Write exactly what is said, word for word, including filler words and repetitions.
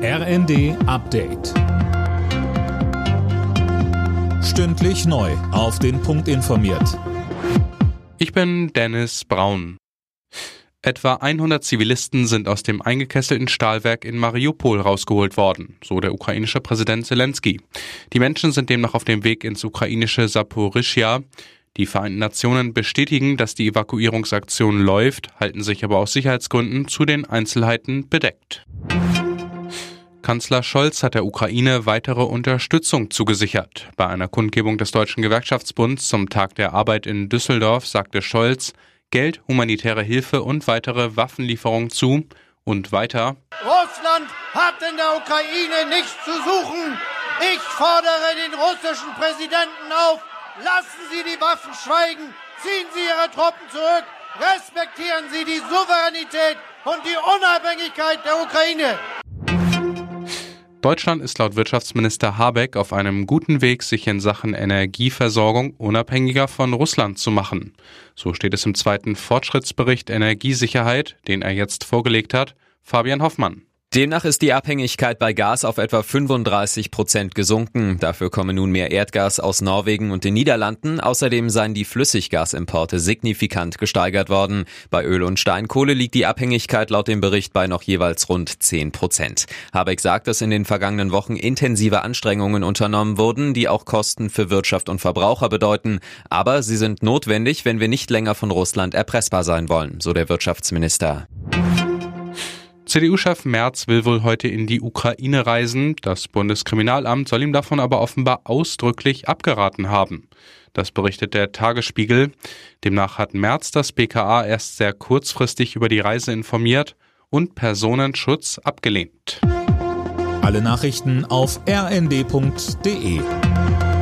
R N D Update. Stündlich neu auf den Punkt informiert. Ich bin Dennis Braun. Etwa hundert Zivilisten sind aus dem eingekesselten Stahlwerk in Mariupol rausgeholt worden, so der ukrainische Präsident Zelensky. Die Menschen sind demnach auf dem Weg ins ukrainische Saporischschja. Die Vereinten Nationen bestätigen, dass die Evakuierungsaktion läuft, halten sich aber aus Sicherheitsgründen zu den Einzelheiten bedeckt. Kanzler Scholz hat der Ukraine weitere Unterstützung zugesichert. Bei einer Kundgebung des Deutschen Gewerkschaftsbunds zum Tag der Arbeit in Düsseldorf sagte Scholz, Geld, humanitäre Hilfe und weitere Waffenlieferungen zu. Und weiter: Russland hat in der Ukraine nichts zu suchen. Ich fordere den russischen Präsidenten auf, lassen Sie die Waffen schweigen, ziehen Sie Ihre Truppen zurück, respektieren Sie die Souveränität und die Unabhängigkeit der Ukraine. Deutschland ist laut Wirtschaftsminister Habeck auf einem guten Weg, sich in Sachen Energieversorgung unabhängiger von Russland zu machen. So steht es im zweiten Fortschrittsbericht Energiesicherheit, den er jetzt vorgelegt hat. Fabian Hoffmann. Demnach ist die Abhängigkeit bei Gas auf etwa fünfunddreißig Prozent gesunken. Dafür komme nun mehr Erdgas aus Norwegen und den Niederlanden. Außerdem seien die Flüssiggasimporte signifikant gesteigert worden. Bei Öl und Steinkohle liegt die Abhängigkeit laut dem Bericht bei noch jeweils rund zehn Prozent. Habeck sagt, dass in den vergangenen Wochen intensive Anstrengungen unternommen wurden, die auch Kosten für Wirtschaft und Verbraucher bedeuten. Aber sie sind notwendig, wenn wir nicht länger von Russland erpressbar sein wollen, so der Wirtschaftsminister. C D U-Chef Merz will wohl heute in die Ukraine reisen. Das Bundeskriminalamt soll ihm davon aber offenbar ausdrücklich abgeraten haben. Das berichtet der Tagesspiegel. Demnach hat Merz das B K A erst sehr kurzfristig über die Reise informiert und Personenschutz abgelehnt. Alle Nachrichten auf r n d punkt d e.